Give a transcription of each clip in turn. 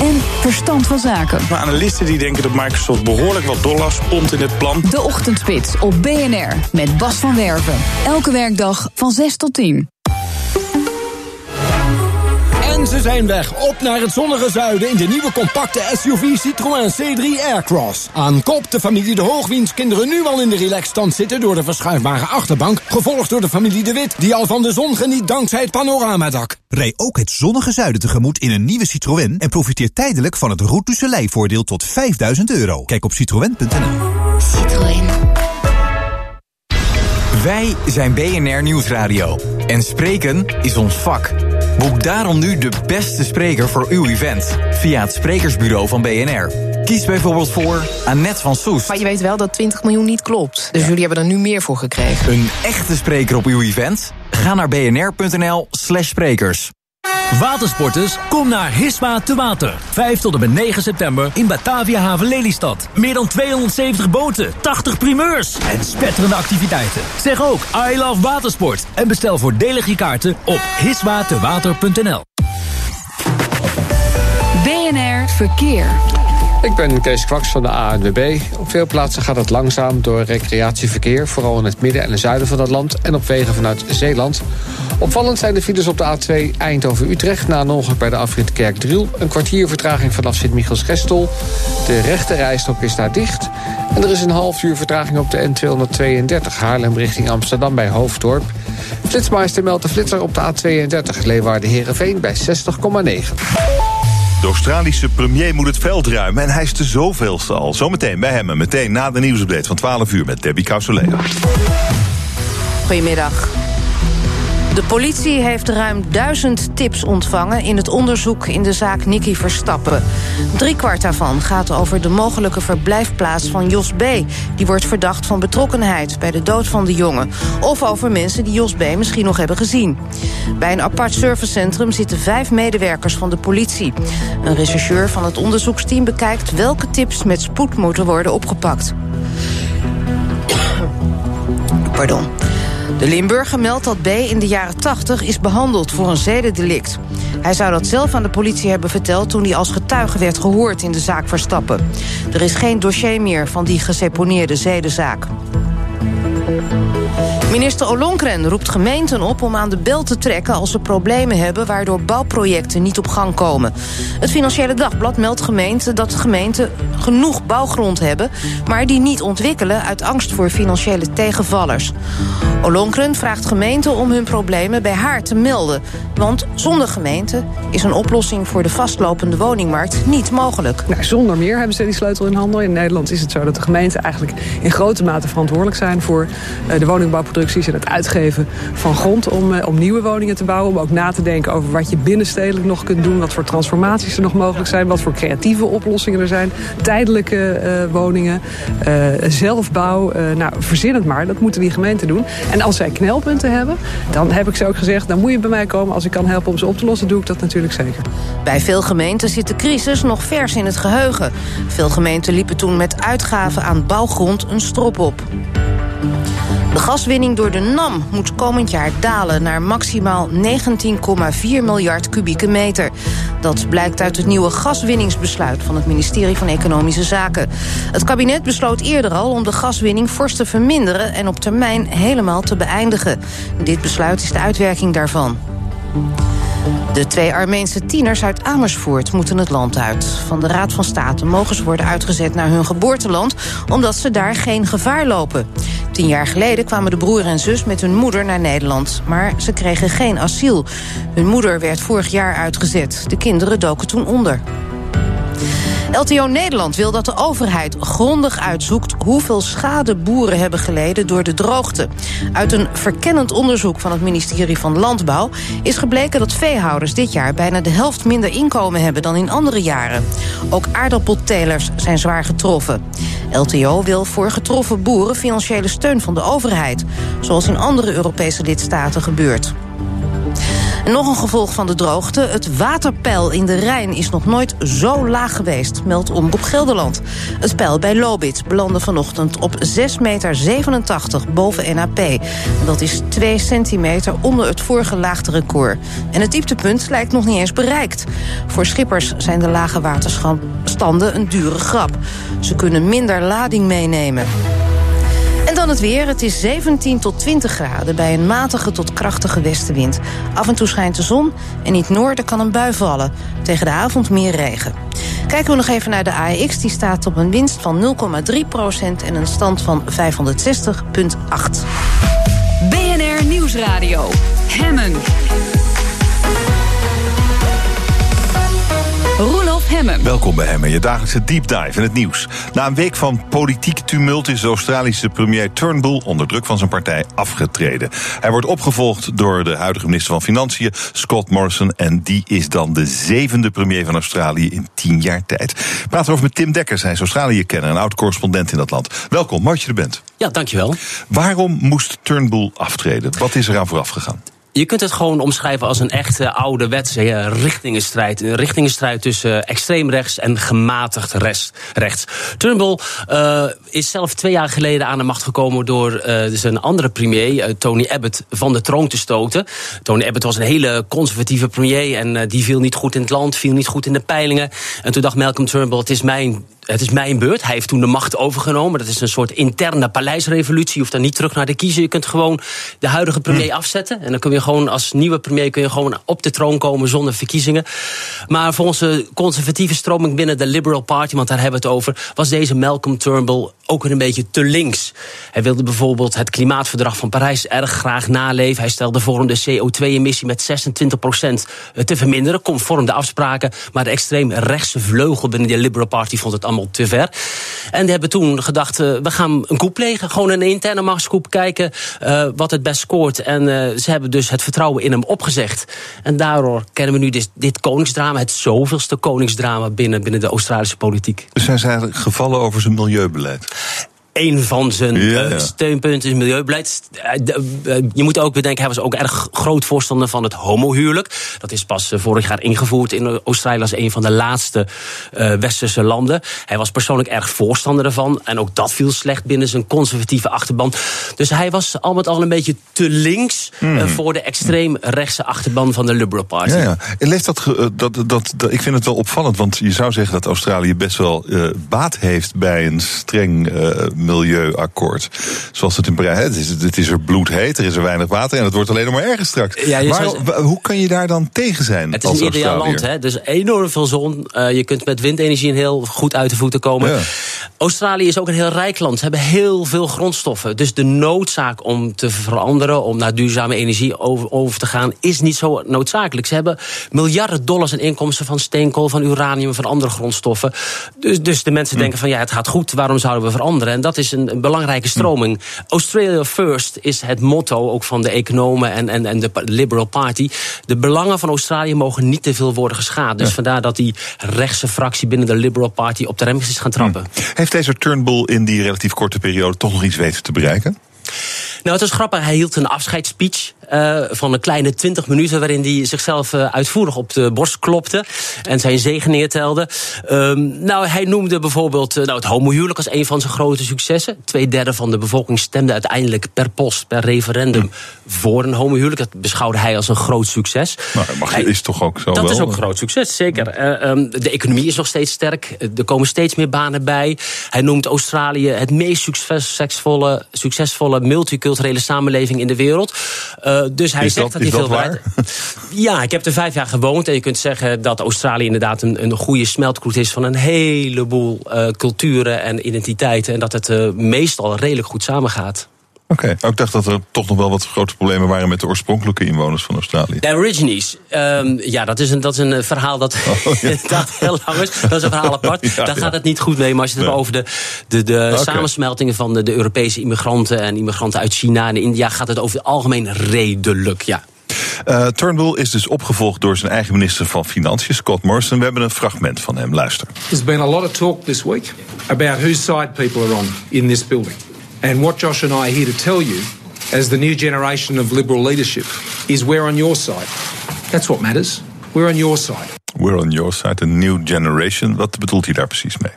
en verstand van zaken. Maar analisten die denken dat Microsoft behoorlijk wat dollars pompt in het plan. De Ochtendspits op BNR met Bas van Werven. Elke werkdag van 6 tot 10. En ze zijn weg, op naar het zonnige zuiden in de nieuwe compacte SUV Citroën C3 Aircross. Aan kop de familie De Hoog, wiens kinderen nu al in de relaxstand zitten door de verschuifbare achterbank. Gevolgd door de familie De Wit, die al van de zon geniet dankzij het panoramadak. Rij ook het zonnige zuiden tegemoet in een nieuwe Citroën en profiteer tijdelijk van het Route du Soleil-voordeel tot €5.000. Kijk op citroën.nl. Citroën. Wij zijn BNR Nieuwsradio. En spreken is ons vak. Boek daarom nu de beste spreker voor uw event via het sprekersbureau van BNR. Kies bijvoorbeeld voor Annette van Soest. Maar je weet wel dat 20 miljoen niet klopt. Dus jullie hebben er nu meer voor gekregen. Een echte spreker op uw event? Ga naar bnr.nl/sprekers. Watersporters, kom naar Hisma te Water. 5 tot en met 9 september in Batavia Haven Lelystad. Meer dan 270 boten, 80 primeurs en spetterende activiteiten. Zeg ook I love watersport en bestel voordelig je kaarten op hismatewater.nl. BNR Verkeer. Ik ben Kees Kwaks van de ANWB. Op veel plaatsen gaat het langzaam door recreatieverkeer, vooral in het midden en het zuiden van het land en op wegen vanuit Zeeland. Opvallend zijn de files op de A2 Eindhoven-Utrecht na een ongeluk bij de afrit Kerkdriel. Een kwartier vertraging vanaf Sint-Michiels-Gestel. De rechte rijstok is daar dicht. En er is een half uur vertraging op de N232 Haarlem richting Amsterdam bij Hoofddorp. Flitsmeister meldt de flitser op de A32 Leeuwarden-Heerenveen bij 60,9. De Australische premier moet het veld ruimen en hij is de zoveelste al. Zometeen bij hem en meteen na de nieuwsupdate van 12 uur met Debbie Causolea. Goedemiddag. De politie heeft ruim 1000 tips ontvangen in het onderzoek in de zaak Nicky Verstappen. 3/4 daarvan gaat over de mogelijke verblijfplaats van Jos B. Die wordt verdacht van betrokkenheid bij de dood van de jongen. Of over mensen die Jos B. misschien nog hebben gezien. Bij een apart servicecentrum zitten 5 medewerkers van de politie. Een rechercheur van het onderzoeksteam bekijkt welke tips met spoed moeten worden opgepakt. Pardon. De Limburger meldt dat B. in de jaren 80 is behandeld voor een zedendelict. Hij zou dat zelf aan de politie hebben verteld toen hij als getuige werd gehoord in de zaak Verstappen. Er is geen dossier meer van die geseponeerde zedenzaak. Minister Ollongren roept gemeenten op om aan de bel te trekken als ze problemen hebben waardoor bouwprojecten niet op gang komen. Het Financiële Dagblad meldt dat gemeenten genoeg bouwgrond hebben, maar die niet ontwikkelen uit angst voor financiële tegenvallers. Ollongren vraagt gemeenten om hun problemen bij haar te melden, want zonder gemeenten is een oplossing voor de vastlopende woningmarkt niet mogelijk. Nou, zonder meer hebben ze die sleutel in handen. In Nederland is het zo dat de gemeenten eigenlijk in grote mate verantwoordelijk zijn voor de woningbouwproducties en het uitgeven van grond om nieuwe woningen te bouwen. Om ook na te denken over wat je binnenstedelijk nog kunt doen, wat voor transformaties er nog mogelijk zijn, wat voor creatieve oplossingen er zijn, tijdelijke woningen, zelfbouw, verzin het maar. Dat moeten die gemeenten doen. En als zij knelpunten hebben, dan heb ik ze ook gezegd, dan moet je bij mij komen. Als ik kan helpen om ze op te lossen, doe ik dat natuurlijk zeker. Bij veel gemeenten zit de crisis nog vers in het geheugen. Veel gemeenten liepen toen met uitgaven aan bouwgrond een strop op. De gaswinning door de NAM moet komend jaar dalen naar maximaal 19,4 miljard kubieke meter. Dat blijkt uit het nieuwe gaswinningsbesluit van het ministerie van Economische Zaken. Het kabinet besloot eerder al om de gaswinning fors te verminderen en op termijn helemaal te beëindigen. Dit besluit is de uitwerking daarvan. De 2 Armeense tieners uit Amersfoort moeten het land uit. Van de Raad van State mogen ze worden uitgezet naar hun geboorteland, omdat ze daar geen gevaar lopen. 10 jaar geleden kwamen de broer en zus met hun moeder naar Nederland, maar ze kregen geen asiel. Hun moeder werd vorig jaar uitgezet. De kinderen doken toen onder. LTO Nederland wil dat de overheid grondig uitzoekt hoeveel schade boeren hebben geleden door de droogte. Uit een verkennend onderzoek van het ministerie van Landbouw is gebleken dat veehouders dit jaar bijna de helft minder inkomen hebben dan in andere jaren. Ook aardappeltelers zijn zwaar getroffen. LTO wil voor getroffen boeren financiële steun van de overheid, zoals in andere Europese lidstaten gebeurt. En nog een gevolg van de droogte. Het waterpeil in de Rijn is nog nooit zo laag geweest, meldt Omroep Gelderland. Het peil bij Lobith belandde vanochtend op 6,87 meter boven NAP. Dat is 2 centimeter onder het vorige laagterecord. En het dieptepunt lijkt nog niet eens bereikt. Voor schippers zijn de lage waterstanden een dure grap. Ze kunnen minder lading meenemen. En dan het weer. Het is 17 tot 20 graden bij een matige tot krachtige westenwind. Af en toe schijnt de zon en in het noorden kan een bui vallen. Tegen de avond meer regen. Kijken we nog even naar de AEX. Die staat op een winst van 0,3% en een stand van 560,8. BNR Nieuwsradio. Hemmen. Roelof Hemmen. Welkom bij Hemmen, je dagelijkse deep dive in het nieuws. Na een week van politiek tumult is de Australische premier Turnbull onder druk van zijn partij afgetreden. Hij wordt opgevolgd door de huidige minister van Financiën, Scott Morrison, en die is dan de 7e premier van Australië in 10 jaar tijd. We praten over met Tim Dekkers, hij is Australië-kenner en oud-correspondent in dat land. Welkom, mooi dat je er bent. Ja, dankjewel. Waarom moest Turnbull aftreden? Wat is eraan vooraf gegaan? Je kunt het gewoon omschrijven als een echte ouderwetse richtingenstrijd. Een richtingenstrijd tussen extreem rechts en gematigd rechts. Turnbull is zelf 2 jaar geleden aan de macht gekomen door zijn andere premier, Tony Abbott, van de troon te stoten. Tony Abbott was een hele conservatieve premier en die viel niet goed in het land, viel niet goed in de peilingen. En toen dacht Malcolm Turnbull, het is mijn beurt. Hij heeft toen de macht overgenomen. Dat is een soort interne paleisrevolutie. Je hoeft dan niet terug naar de kiezer. Je kunt gewoon de huidige premier afzetten. En dan kun je gewoon als nieuwe premier op de troon komen zonder verkiezingen. Maar volgens de conservatieve stroming binnen de Liberal Party, want daar hebben we het over, was deze Malcolm Turnbull ook een beetje te links. Hij wilde bijvoorbeeld het klimaatverdrag van Parijs erg graag naleven. Hij stelde voor om de CO2-emissie met 26% te verminderen, conform de afspraken. Maar de extreem rechtse vleugel binnen de Liberal Party vond het allemaal te ver. En die hebben toen gedacht, we gaan een coup plegen. Gewoon een interne machtscoup, kijken wat het best scoort. En ze hebben dus het vertrouwen in hem opgezegd. En daardoor kennen we nu dit koningsdrama, het zoveelste koningsdrama binnen de Australische politiek. Dus hij is eigenlijk gevallen over zijn milieubeleid? Een van zijn steunpunten is milieubeleid. Je moet ook bedenken, hij was ook erg groot voorstander van het homohuwelijk. Dat is pas vorig jaar ingevoerd in Australië als een van de laatste westerse landen. Hij was persoonlijk erg voorstander ervan. En ook dat viel slecht binnen zijn conservatieve achterban. Dus hij was al met al een beetje te links voor de extreem rechtse achterban van de Liberal Party. Ja. En leeft ik vind het wel opvallend, want je zou zeggen dat Australië best wel baat heeft bij een streng milieuakkoord. Zoals het in Parijs. Het is er bloedheet, er is er weinig water en het wordt alleen nog maar erger straks. Ja, hoe kan je daar dan tegen zijn? Het is een ideaal land, hè? Dus enorm veel zon. Je kunt met windenergie heel goed uit de voeten komen. Ja. Australië is ook een heel rijk land. Ze hebben heel veel grondstoffen. Dus de noodzaak om te veranderen, om naar duurzame energie over te gaan, is niet zo noodzakelijk. Ze hebben miljarden dollars in inkomsten van steenkool, van uranium, van andere grondstoffen. Dus de mensen denken van het gaat goed, waarom zouden we veranderen? En dat is een belangrijke stroming. Australia First is het motto ook van de economen en de Liberal Party. De belangen van Australië mogen niet te veel worden geschaad. Dus vandaar dat die rechtse fractie binnen de Liberal Party op de rem is gaan trappen. Heeft deze Turnbull in die relatief korte periode toch nog iets weten te bereiken? Nou, het is grappig. Hij hield een afscheidsspeech van een kleine 20 minuten... waarin hij zichzelf uitvoerig op de borst klopte en zijn zegeningen telde. Hij noemde bijvoorbeeld het homohuwelijk als een van zijn grote successen. 2/3 van de bevolking stemde uiteindelijk per post, per referendum voor een homohuwelijk. Dat beschouwde hij als een groot succes. Is toch ook zo? Dat is ook een groot succes, zeker. De economie is nog steeds sterk. Er komen steeds meer banen bij. Hij noemt Australië het meest succesvolle multiculturele samenleving in de wereld. Dus hij zegt dat hij veel waard. Ja, ik heb er 5 jaar gewoond en je kunt zeggen dat Australië inderdaad een goede smeltkroes is van een heleboel culturen en identiteiten en dat het meestal redelijk goed samengaat. Oké. Ik dacht dat er toch nog wel wat grote problemen waren met de oorspronkelijke inwoners van Australië. De Aborigines. Dat is een verhaal dat heel lang is. Dat is een verhaal apart. Daar gaat het niet goed mee. Maar als je het hebt over de samensmeltingen van de Europese immigranten en immigranten uit China en India, gaat het over het algemeen redelijk, ja. Turnbull is dus opgevolgd door zijn eigen minister van Financiën, Scott Morrison. We hebben een fragment van hem. Luister. There's been a lot of talk this week about whose side people are on in this building. And what Josh and I are here to tell you, as the new generation of Liberal leadership, is we're on your side. That's what matters. We're on your side. We're on your side, a new generation. Wat bedoelt hij daar precies mee?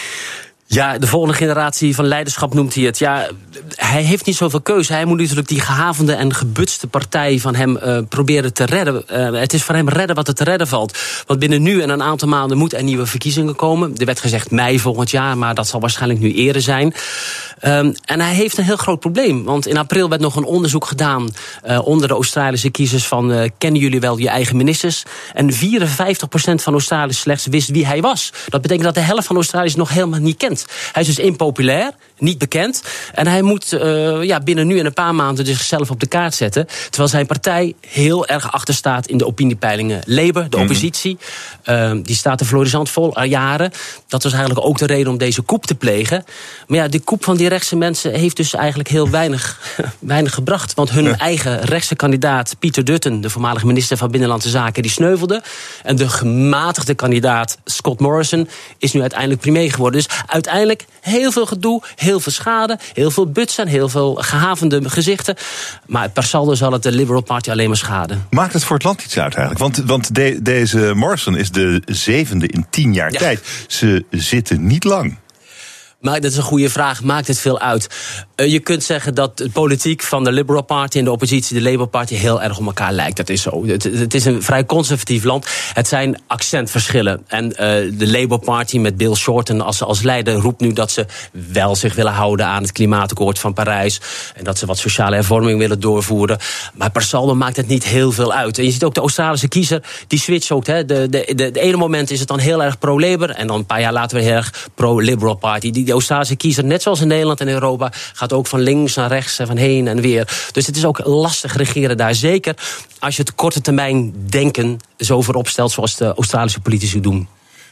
Ja, de volgende generatie van leiderschap noemt hij het. Ja, hij heeft niet zoveel keuze. Hij moet natuurlijk die gehavende en gebutste partij van hem proberen te redden. Het is voor hem redden wat er te redden valt. Want binnen nu en een aantal maanden moeten er nieuwe verkiezingen komen. Er werd gezegd mei volgend jaar, maar dat zal waarschijnlijk nu eerder zijn. En hij heeft een heel groot probleem. Want in april werd nog een onderzoek gedaan onder de Australische kiezers van kennen jullie wel je eigen ministers? En 54% van Australiërs slechts wist wie hij was. Dat betekent dat de helft van Australiërs nog helemaal niet kent. Hij is dus impopulair, niet bekend. En hij moet binnen nu en een paar maanden dus zichzelf op de kaart zetten. Terwijl zijn partij heel erg achter staat in de opiniepeilingen. Labour, de oppositie, die staat er florissant vol al jaren. Dat was eigenlijk ook de reden om deze coup te plegen. Maar ja, de coup van die rechtse mensen heeft dus eigenlijk heel weinig gebracht. Want hun eigen rechtse kandidaat, Peter Dutton, de voormalige minister van Binnenlandse Zaken, die sneuvelde. En de gematigde kandidaat, Scott Morrison, is nu uiteindelijk premier geworden. Dus uiteindelijk heel veel gedoe, heel veel schade, heel veel butsen, heel veel gehavende gezichten. Maar per saldo zal het de Liberal Party alleen maar schaden. Maakt het voor het land iets uit eigenlijk? Want deze Morrison is de 7e in 10 jaar tijd. Ze zitten niet lang. Maar dat is een goede vraag. Maakt het veel uit? Je kunt zeggen dat de politiek van de Liberal Party en de oppositie, de Labour Party, heel erg op elkaar lijkt. Dat is zo. Het is een vrij conservatief land. Het zijn accentverschillen. En de Labour Party met Bill Shorten als leider roept nu dat ze wel zich willen houden aan het klimaatakkoord van Parijs. En dat ze wat sociale hervorming willen doorvoeren. Maar per saldo maakt het niet heel veel uit. En je ziet ook de Australische kiezer, die switcht ook. De ene moment is het dan heel erg pro-Labour en dan een paar jaar later weer heel erg pro-Liberal Party. De Australische kiezer, net zoals in Nederland en Europa, gaat ook van links naar rechts en van heen en weer. Dus het is ook lastig regeren daar. Zeker als je het korte termijn denken zo voorop stelt zoals de Australische politici doen.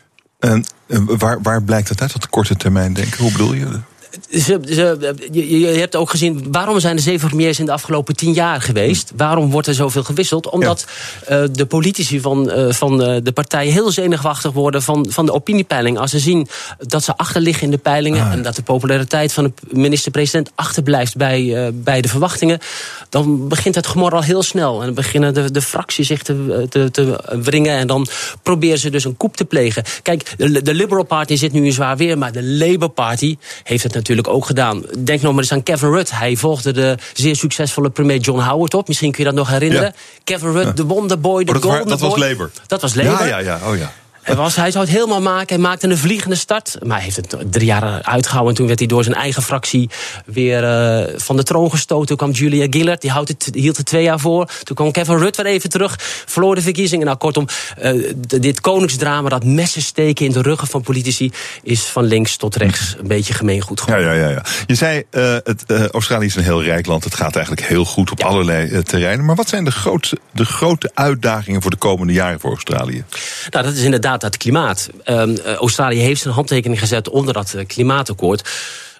Waar blijkt dat uit, dat korte termijn denken? Hoe bedoel je? Je hebt ook gezien, waarom zijn er 7 premiers in de afgelopen 10 jaar geweest? Waarom wordt er zoveel gewisseld? Omdat de politici van de partij heel zenuwachtig worden van de opiniepeiling. Als ze zien dat ze achterliggen in de peilingen en dat de populariteit van de minister-president achterblijft bij de verwachtingen, dan begint het gemor al heel snel. En dan beginnen de fracties zich te wringen en dan proberen ze dus een coup te plegen. Kijk, de Liberal Party zit nu in zwaar weer, maar de Labour Party heeft het natuurlijk ook gedaan. Denk nog maar eens aan Kevin Rudd. Hij volgde de zeer succesvolle premier John Howard op. Misschien kun je dat nog herinneren. Ja. Kevin Rudd, de Wonderboy, de Golden Boy. Dat was Labour. Dat was Labour. Ja. Oh ja. Hij zou het helemaal maken. Hij maakte een vliegende start. Maar hij heeft het 3 jaar uitgehouden. En toen werd hij door zijn eigen fractie weer van de troon gestoten. Toen kwam Julia Gillard. Die hield er 2 jaar voor. Toen kwam Kevin Rudd weer even terug. Verloor de verkiezingen. Nou, kortom, dit koningsdrama, dat messen steken in de ruggen van politici, is van links tot rechts een beetje gemeengoed geworden. Ja. Je zei, Australië is een heel rijk land. Het gaat eigenlijk heel goed op allerlei terreinen. Maar wat zijn de grote uitdagingen voor de komende jaren voor Australië? Nou, dat is inderdaad het klimaat. Australië heeft zijn handtekening gezet onder dat klimaatakkoord.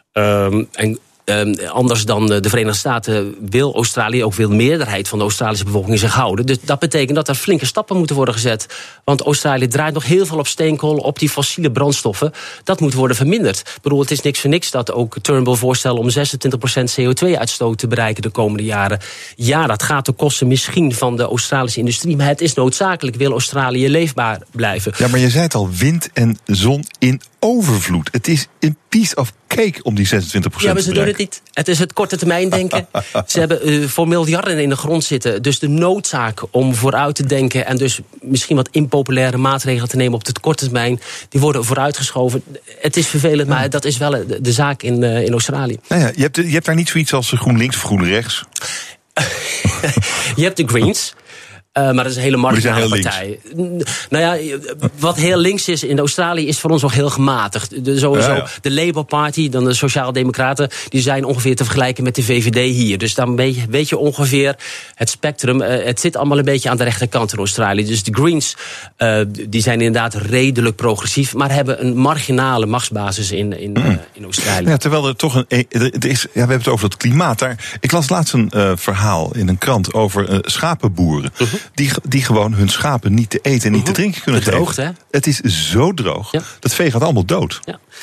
Anders dan de Verenigde Staten wil Australië, ook wil de meerderheid van de Australische bevolking zich houden. Dus dat betekent dat er flinke stappen moeten worden gezet. Want Australië draait nog heel veel op steenkool, op die fossiele brandstoffen. Dat moet worden verminderd. Ik bedoel, het is niks voor niks dat ook Turnbull voorstelt om 26% CO2-uitstoot te bereiken de komende jaren. Ja, dat gaat ten koste misschien van de Australische industrie, maar het is noodzakelijk, wil Australië leefbaar blijven. Ja, maar je zei het al, wind en zon in overvloed. Het is een piece of cake om die 26% te bereiken. Ja, maar ze doen het niet. Het is het korte termijn denken. Ze hebben voor miljarden in de grond zitten. Dus de noodzaak om vooruit te denken en dus misschien wat impopulaire maatregelen te nemen op de korte termijn, die worden vooruitgeschoven. Het is vervelend, maar dat is wel de zaak in Australië. Nou ja, je hebt daar niet zoiets als GroenLinks of GroenRechts. Je hebt de Greens. Maar dat is een hele marginale partij. Nou ja, wat heel links is in Australië is voor ons nog heel gematigd. Sowieso de Labour Party, dan de Sociaaldemocraten, die zijn ongeveer te vergelijken met de VVD hier. Dus dan weet je ongeveer het spectrum. Het zit allemaal een beetje aan de rechterkant in Australië. Dus de Greens, die zijn inderdaad redelijk progressief, maar hebben een marginale machtsbasis in Australië. Ja, terwijl er toch het is, we hebben het over het klimaat. Ik las laatst een verhaal in een krant over schapenboeren. Die gewoon hun schapen niet te eten en niet te drinken kunnen geven. Hè? Het is zo droog. Ja. Dat vee gaat allemaal dood. Ja.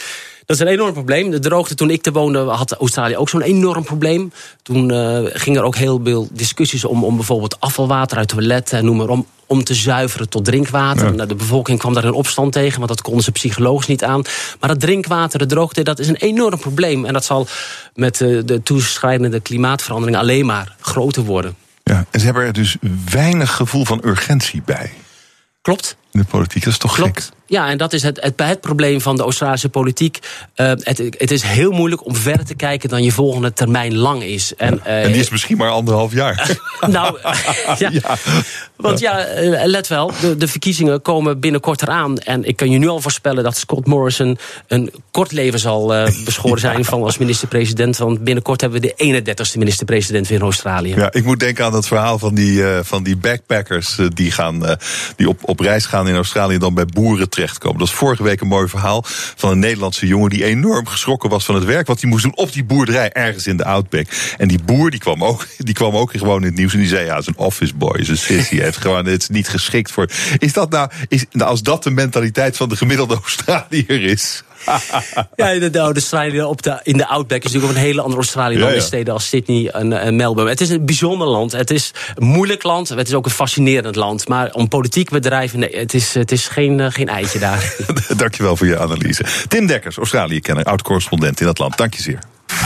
Dat is een enorm probleem. De droogte, toen ik er woonde, had Australië ook zo'n enorm probleem. Toen ging er ook heel veel discussies om bijvoorbeeld afvalwater uit toiletten en noem maar om te zuiveren tot drinkwater. Ja. Nou, de bevolking kwam daar in opstand tegen, want dat konden ze psychologisch niet aan. Maar dat drinkwater, de droogte, dat is een enorm probleem. En dat zal met de toeschrijdende klimaatverandering alleen maar groter worden. Ja, en ze hebben er dus weinig gevoel van urgentie bij. Klopt. In de politiek, dat is toch gek? Ja, en dat is het probleem van de Australische politiek. Het is heel moeilijk om verder te kijken dan je volgende termijn lang is. En die is misschien maar 1,5 jaar. Nou, ja. Want let wel, de verkiezingen komen binnenkort eraan. En ik kan je nu al voorspellen dat Scott Morrison een kort leven zal beschoren zijn van als minister-president. Want binnenkort hebben we de 31ste minister-president weer in Australië. Ja, ik moet denken aan dat verhaal van die backpackers die op reis gaan in Australië en dan bij boeren terechtkomen. Dat was vorige week een mooi verhaal van een Nederlandse jongen die enorm geschrokken was van het werk wat hij moest doen op die boerderij ergens in de Outback. En die boer die kwam ook gewoon in het nieuws en die zei, ja, is een office boy, is een sissy, het is niet geschikt voor. Is dat nou, als dat de mentaliteit van de gemiddelde Australiër is? Ja, de Australië in de Outback is natuurlijk ook een hele andere Australië dan steden als Sydney en Melbourne. Het is een bijzonder land. Het is een moeilijk land. Het is ook een fascinerend land. Maar om politiek bedrijven, nee, het is geen eitje daar. Dankjewel voor je analyse. Tim Dekkers, Australië-kenner, oud-correspondent in dat land. Dank je zeer.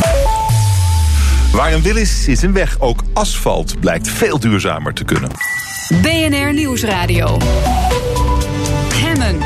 Waar een wil is een weg. Ook asfalt blijkt veel duurzamer te kunnen. BNR Nieuwsradio. Hemmen.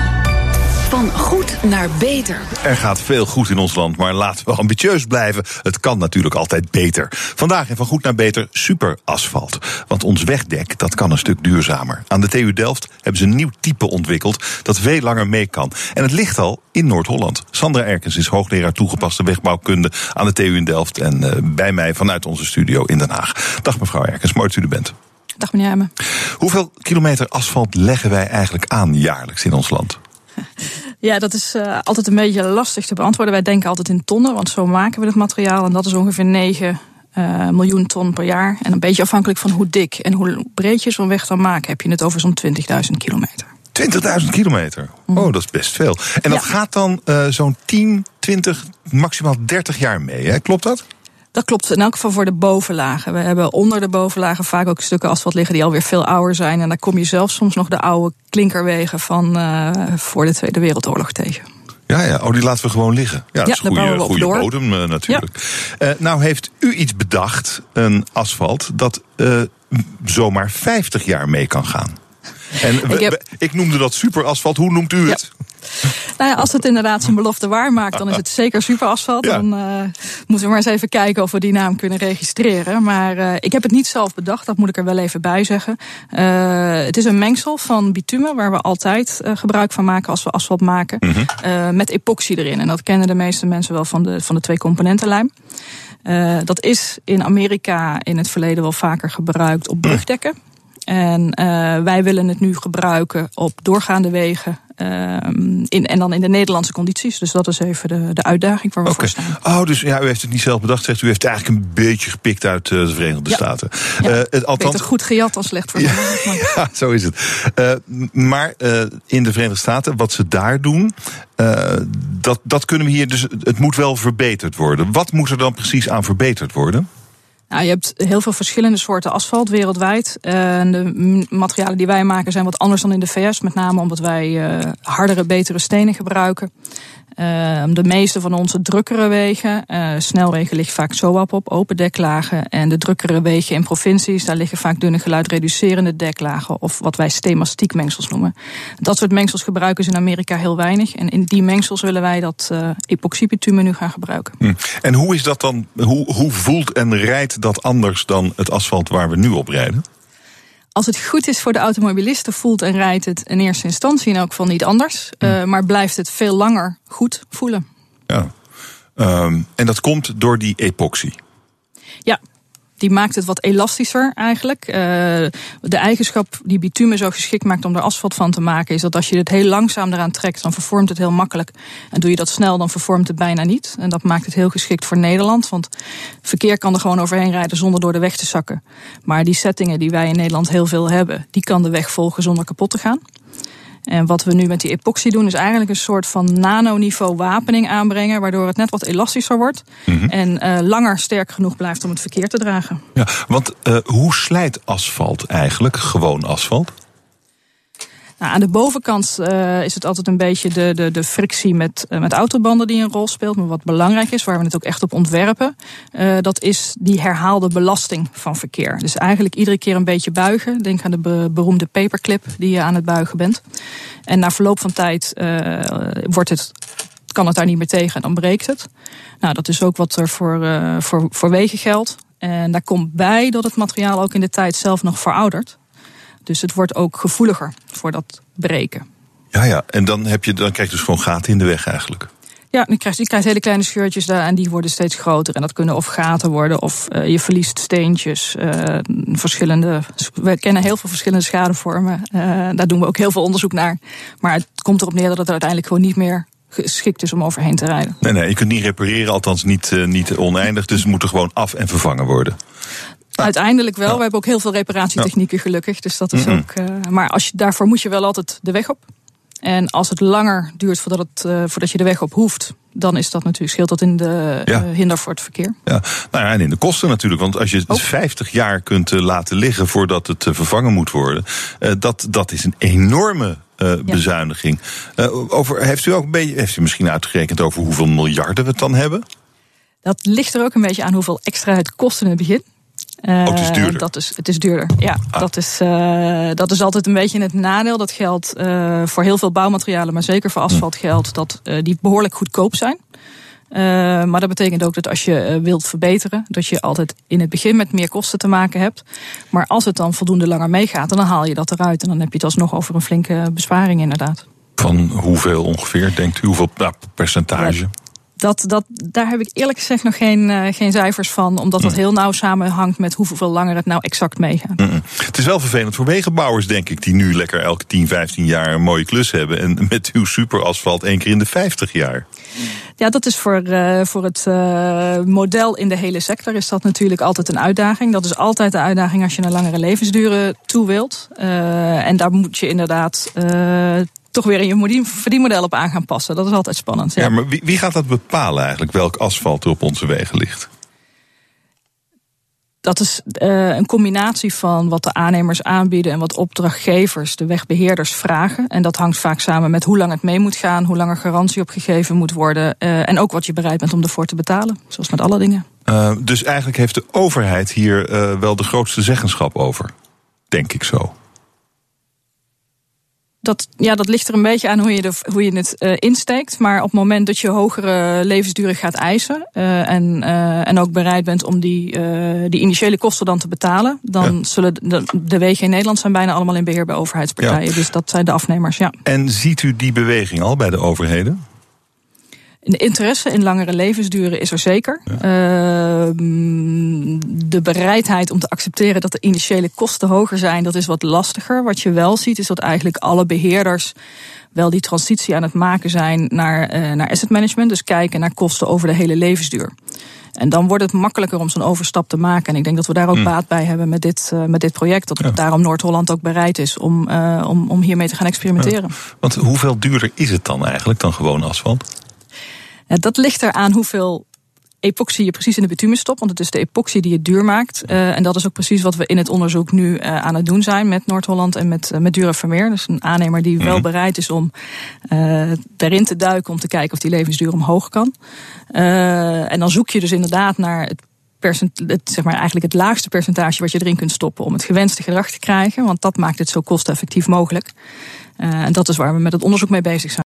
Van goed naar beter. Er gaat veel goed in ons land, maar laten we ambitieus blijven. Het kan natuurlijk altijd beter. Vandaag in Van Goed naar Beter superasfalt. Want ons wegdek, dat kan een stuk duurzamer. Aan de TU Delft hebben ze een nieuw type ontwikkeld dat veel langer mee kan. En het ligt al in Noord-Holland. Sandra Erkens is hoogleraar toegepaste wegbouwkunde aan de TU in Delft. En bij mij vanuit onze studio in Den Haag. Dag mevrouw Erkens, mooi dat u er bent. Dag meneer Hemmen. Hoeveel kilometer asfalt leggen wij eigenlijk aan jaarlijks in ons land? Ja, dat is altijd een beetje lastig te beantwoorden. Wij denken altijd in tonnen, want zo maken we het materiaal. En dat is ongeveer 9 miljoen ton per jaar. En een beetje afhankelijk van hoe dik en hoe breed je zo'n weg dan maakt, heb je het over zo'n 20.000 kilometer. 20.000 kilometer? Oh, dat is best veel. En dat gaat dan zo'n 10, 20, maximaal 30 jaar mee, hè? Klopt dat? Dat klopt, in elk geval voor de bovenlagen. We hebben onder de bovenlagen vaak ook stukken asfalt liggen die alweer veel ouder zijn. En daar kom je zelfs soms nog de oude klinkerwegen van voor de Tweede Wereldoorlog tegen. Ja, die laten we gewoon liggen. Ja, dat is goede bodem natuurlijk. Ja. Nou heeft u iets bedacht, een asfalt, dat zomaar 50 jaar mee kan gaan. En ik noemde dat superasfalt, hoe noemt u het? Nou ja, als het inderdaad zijn belofte waarmaakt, dan is het zeker superasfalt. Ja. Dan moeten we maar eens even kijken of we die naam kunnen registreren. Maar ik heb het niet zelf bedacht, dat moet ik er wel even bij zeggen. Het is een mengsel van bitumen, waar we altijd gebruik van maken als we asfalt maken. Mm-hmm. Met epoxy erin. En dat kennen de meeste mensen wel van de 2 componentenlijm. Dat is in Amerika in het verleden wel vaker gebruikt op brugdekken. En wij willen het nu gebruiken op doorgaande wegen. En dan in de Nederlandse condities. Dus dat is even de uitdaging waar we voor staan. Oh, dus u heeft het niet zelf bedacht, zegt u heeft het eigenlijk een beetje gepikt uit de Verenigde Staten. Ja, beter goed gejat dan slecht voor ja, zo is het. Maar in de Verenigde Staten, wat ze daar doen, dat kunnen we hier, dus het moet wel verbeterd worden. Wat moet er dan precies aan verbeterd worden? Nou, je hebt heel veel verschillende soorten asfalt wereldwijd. De materialen die wij maken zijn wat anders dan in de VS. Met name omdat wij hardere, betere stenen gebruiken. De meeste van onze drukkere wegen, snelwegen ligt vaak SOAP op, open deklagen. En de drukkere wegen in provincies, daar liggen vaak dunne geluidreducerende deklagen. Of wat wij stemastiekmengsels noemen. Dat soort mengsels gebruiken ze in Amerika heel weinig. En in die mengsels willen wij dat epoxybitumen nu gaan gebruiken. En hoe is dat dan, hoe voelt en rijdt dat anders dan het asfalt waar we nu op rijden? Als het goed is voor de automobilisten, voelt en rijdt het in eerste instantie in elk geval niet anders. Maar blijft het veel langer goed voelen. Ja. En dat komt door die epoxy? Ja. Die maakt het wat elastischer eigenlijk. De eigenschap die bitumen zo geschikt maakt om er asfalt van te maken, is dat als je het heel langzaam eraan trekt, dan vervormt het heel makkelijk. En doe je dat snel, dan vervormt het bijna niet. En dat maakt het heel geschikt voor Nederland. Want verkeer kan er gewoon overheen rijden zonder door de weg te zakken. Maar die settingen die wij in Nederland heel veel hebben, die kan de weg volgen zonder kapot te gaan. En wat we nu met die epoxy doen is eigenlijk een soort van nanoniveau wapening aanbrengen, waardoor het net wat elastischer wordt en langer sterk genoeg blijft om het verkeer te dragen. Ja, want hoe slijt asfalt eigenlijk, gewoon asfalt? Nou, aan de bovenkant is het altijd een beetje de frictie met autobanden die een rol speelt. Maar wat belangrijk is, waar we het ook echt op ontwerpen, dat is die herhaalde belasting van verkeer. Dus eigenlijk iedere keer een beetje buigen. Denk aan de beroemde paperclip die je aan het buigen bent. En na verloop van tijd kan het daar niet meer tegen en dan breekt het. Nou, dat is ook wat er voor wegen geldt. En daar komt bij dat het materiaal ook in de tijd zelf nog veroudert. Dus het wordt ook gevoeliger voor dat breken. Ja, en dan krijg je dus gewoon gaten in de weg eigenlijk. Ja, je krijgt hele kleine scheurtjes daar en die worden steeds groter. En dat kunnen of gaten worden of je verliest steentjes. We kennen heel veel verschillende schadevormen. Daar doen we ook heel veel onderzoek naar. Maar het komt erop neer dat het uiteindelijk gewoon niet meer geschikt is om overheen te rijden. Nee, je kunt niet repareren, althans niet oneindig. Dus het moet er gewoon af en vervangen worden. Uiteindelijk wel. We hebben ook heel veel reparatietechnieken gelukkig. Dus dat is ook. Maar daarvoor moet je wel altijd de weg op. En als het langer duurt voordat je de weg op hoeft, dan is dat natuurlijk, scheelt dat in de hinder voor het verkeer. Ja, en in de kosten natuurlijk. Want als je het 50 jaar kunt laten liggen voordat het vervangen moet worden, dat is een enorme bezuiniging. Heeft u misschien uitgerekend over hoeveel miljarden we het dan hebben? Dat ligt er ook een beetje aan hoeveel extra het kost in het begin. Het is duurder. Het is duurder, ja. Dat is altijd een beetje het nadeel. Dat geldt voor heel veel bouwmaterialen, maar zeker voor asfalt geldt dat die behoorlijk goedkoop zijn. Maar dat betekent ook dat als je wilt verbeteren, dat je altijd in het begin met meer kosten te maken hebt. Maar als het dan voldoende langer meegaat, dan haal je dat eruit. En dan heb je het alsnog over een flinke besparing inderdaad. Van hoeveel ongeveer, denkt u? Hoeveel percentage? Daar heb ik eerlijk gezegd nog geen cijfers van. Omdat dat heel nauw samenhangt met hoeveel langer het nou exact meegaat. Het is wel vervelend voor wegenbouwers, denk ik, die nu lekker elke 10, 15 jaar een mooie klus hebben. En met uw superasfalt 1 keer in de 50 jaar. Ja, dat is voor het model in de hele sector is dat natuurlijk altijd een uitdaging. Dat is altijd de uitdaging als je een langere levensduur toe wilt. En daar moet je inderdaad toch weer in je verdienmodel op aan gaan passen. Dat is altijd spannend. Ja, maar wie gaat dat bepalen eigenlijk, welk asfalt er op onze wegen ligt? Dat is een combinatie van wat de aannemers aanbieden en wat opdrachtgevers, de wegbeheerders, vragen. En dat hangt vaak samen met hoe lang het mee moet gaan, hoe lang er garantie op gegeven moet worden. En ook wat je bereid bent om ervoor te betalen, zoals met alle dingen. Dus eigenlijk heeft de overheid hier wel de grootste zeggenschap over, denk ik zo. Dat ligt er een beetje aan hoe je het insteekt. Maar op het moment dat je hogere levensduren gaat eisen en ook bereid bent om die initiële kosten dan te betalen, dan zullen de wegen in Nederland zijn bijna allemaal in beheer bij overheidspartijen. Ja. Dus dat zijn de afnemers, ja. En ziet u die beweging al bij de overheden? De interesse in langere levensduren is er zeker. Ja. De bereidheid om te accepteren dat de initiële kosten hoger zijn, dat is wat lastiger. Wat je wel ziet is dat eigenlijk alle beheerders wel die transitie aan het maken zijn naar asset management. Dus kijken naar kosten over de hele levensduur. En dan wordt het makkelijker om zo'n overstap te maken. En ik denk dat we daar ook baat bij hebben met dit project. Dat daarom Noord-Holland ook bereid is om hiermee te gaan experimenteren. Ja. Want hoeveel duurder is het dan eigenlijk dan gewoon asfalt? Dat ligt eraan hoeveel epoxy je precies in de bitumen stopt. Want het is de epoxy die het duur maakt. En dat is ook precies wat we in het onderzoek nu aan het doen zijn met Noord-Holland en met Duravermeer. Dus een aannemer die wel bereid is om daarin te duiken om te kijken of die levensduur omhoog kan. En dan zoek je dus inderdaad naar eigenlijk het laagste percentage wat je erin kunt stoppen om het gewenste gedrag te krijgen. Want dat maakt het zo kosteneffectief mogelijk. En dat is waar we met het onderzoek mee bezig zijn.